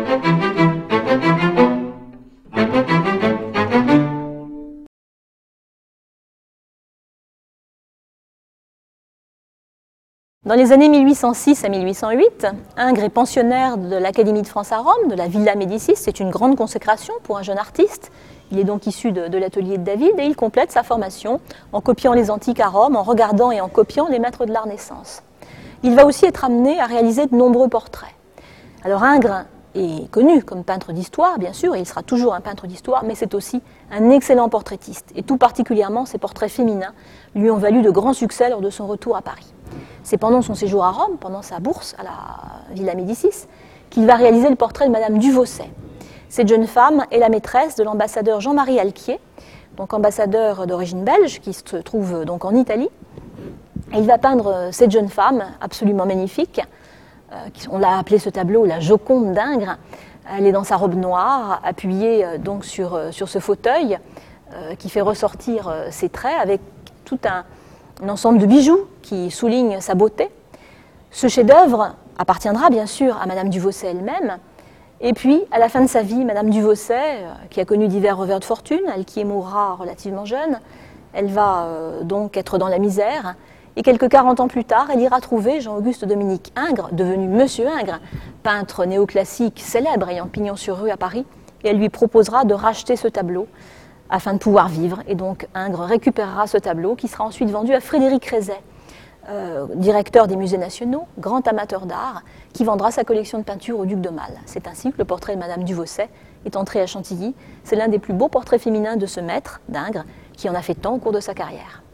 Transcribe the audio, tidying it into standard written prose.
Dans les années 1806 à 1808, Ingres est pensionnaire de l'Académie de France à Rome, de la Villa Médicis. C'est une grande consécration pour un jeune artiste. Il est donc issu de l'atelier de David et il complète sa formation en copiant les antiques à Rome, en regardant et en copiant les maîtres de la Renaissance. Il va aussi être amené à réaliser de nombreux portraits. Alors Ingres est connu comme peintre d'histoire, bien sûr, et il sera toujours un peintre d'histoire, mais c'est aussi un excellent portraitiste. Et tout particulièrement, ses portraits féminins lui ont valu de grands succès lors de son retour à Paris. C'est pendant son séjour à Rome, pendant sa bourse à la Villa Médicis, qu'il va réaliser le portrait de Madame Duvaucet. Cette jeune femme est la maîtresse de l'ambassadeur Jean-Marie Alquier, donc ambassadeur d'origine belge, qui se trouve donc en Italie. Et il va peindre cette jeune femme absolument magnifique. On l'a appelé ce tableau la Joconde d'Ingres. Elle est dans sa robe noire, appuyée donc sur ce fauteuil qui fait ressortir ses traits avec tout un ensemble de bijoux qui soulignent sa beauté. Ce chef-d'œuvre appartiendra bien sûr à Madame Duvaucet elle-même. Et puis, à la fin de sa vie, Madame Duvaucet, qui a connu divers revers de fortune, elle qui mourra relativement jeune, elle va donc être dans la misère. Et quelques 40 ans plus tard, elle ira trouver Jean-Auguste Dominique Ingres, devenu Monsieur Ingres, peintre néoclassique célèbre ayant pignon sur rue à Paris, et elle lui proposera de racheter ce tableau afin de pouvoir vivre. Et donc Ingres récupérera ce tableau qui sera ensuite vendu à Frédéric Rezet, directeur des musées nationaux, grand amateur d'art, qui vendra sa collection de peintures au duc d'Aumale. C'est ainsi que le portrait de Madame Duvaucet est entré à Chantilly. C'est l'un des plus beaux portraits féminins de ce maître, d'Ingres, qui en a fait tant au cours de sa carrière.